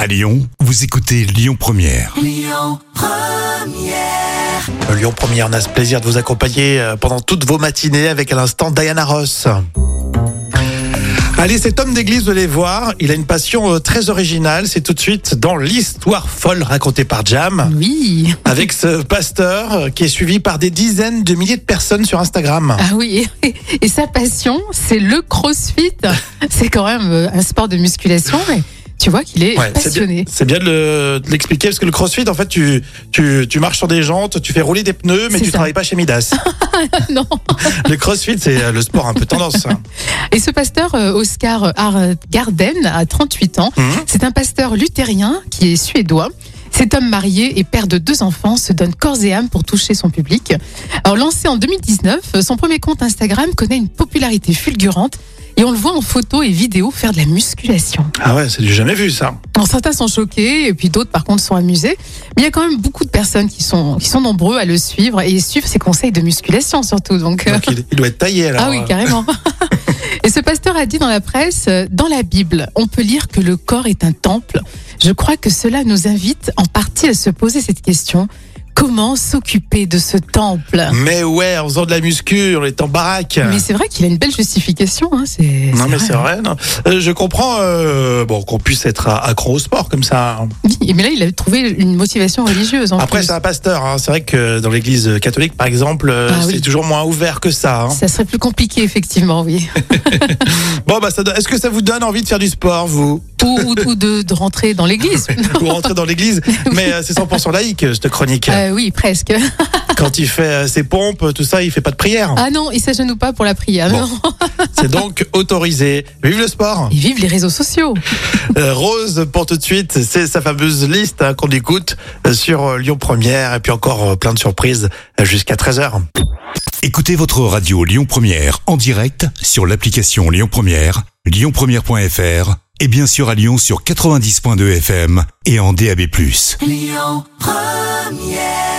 À Lyon, vous écoutez Lyon Première. Lyon Première, on a ce plaisir de vous accompagner pendant toutes vos matinées avec à l'instant Diana Ross. Allez, cet homme d'église, vous allez voir, il a une passion très originale. C'est tout de suite dans l'histoire folle racontée par Jam. Oui. Avec ce pasteur qui est suivi par des dizaines de milliers de personnes sur Instagram. Ah oui. Et sa passion, c'est le crossfit. C'est quand même un sport de musculation, mais tu vois qu'il est passionné. C'est bien de l'expliquer parce que le crossfit, en fait, tu marches sur des jantes, tu fais rouler des pneus, mais tu travailles pas chez Midas. Non. Le crossfit, c'est le sport un peu tendance. Et ce pasteur, Oscar Garden, a 38 ans. C'est un pasteur luthérien qui est suédois. Cet homme marié et père de 2 enfants se donne corps et âme pour toucher son public. Alors, lancé en 2019, son premier compte Instagram connaît une popularité fulgurante. Et on le voit en photo et vidéo faire de la musculation. Ah ouais, c'est du jamais vu ça. Alors, certains sont choqués et puis d'autres par contre sont amusés. Mais il y a quand même beaucoup de personnes qui sont nombreux à le suivre et suivre ses conseils de musculation surtout. Donc il doit être taillé alors. Ah oui, carrément. Et ce pasteur a dit dans la presse, dans la Bible, on peut lire que le corps est un temple. Je crois que cela nous invite en partie à se poser cette question. Comment s'occuper de ce temple? Mais ouais, en faisant de la muscu, on est en baraque. Mais c'est vrai qu'il a une belle justification. Hein, c'est vrai. Non. Je comprends qu'on puisse être accro au sport comme ça. Oui, mais là, il a trouvé une motivation religieuse. Après, c'est un pasteur. Hein. C'est vrai que dans l'église catholique, par exemple, c'est toujours moins ouvert que ça. Hein. Ça serait plus compliqué, effectivement, oui. Bon, est-ce que ça vous donne envie de faire du sport, vous? Ou de rentrer dans l'église. Ou rentrer dans l'église. Mais c'est 100% laïque, cette chronique. Oui, presque. Quand il fait ses pompes, tout ça, il fait pas de prière. Ah non, il s'agenouille pas pour la prière. Bon. Non. C'est donc autorisé. Vive le sport. Et vive les réseaux sociaux. Rose, pour tout de suite, c'est sa fameuse liste qu'on écoute sur Lyon Première. Et puis encore plein de surprises jusqu'à 13h. Écoutez votre radio Lyon Première en direct sur l'application Lyon Première, lyonpremière.fr et bien sûr à Lyon sur 90.2 FM et en DAB+. Lyon Première.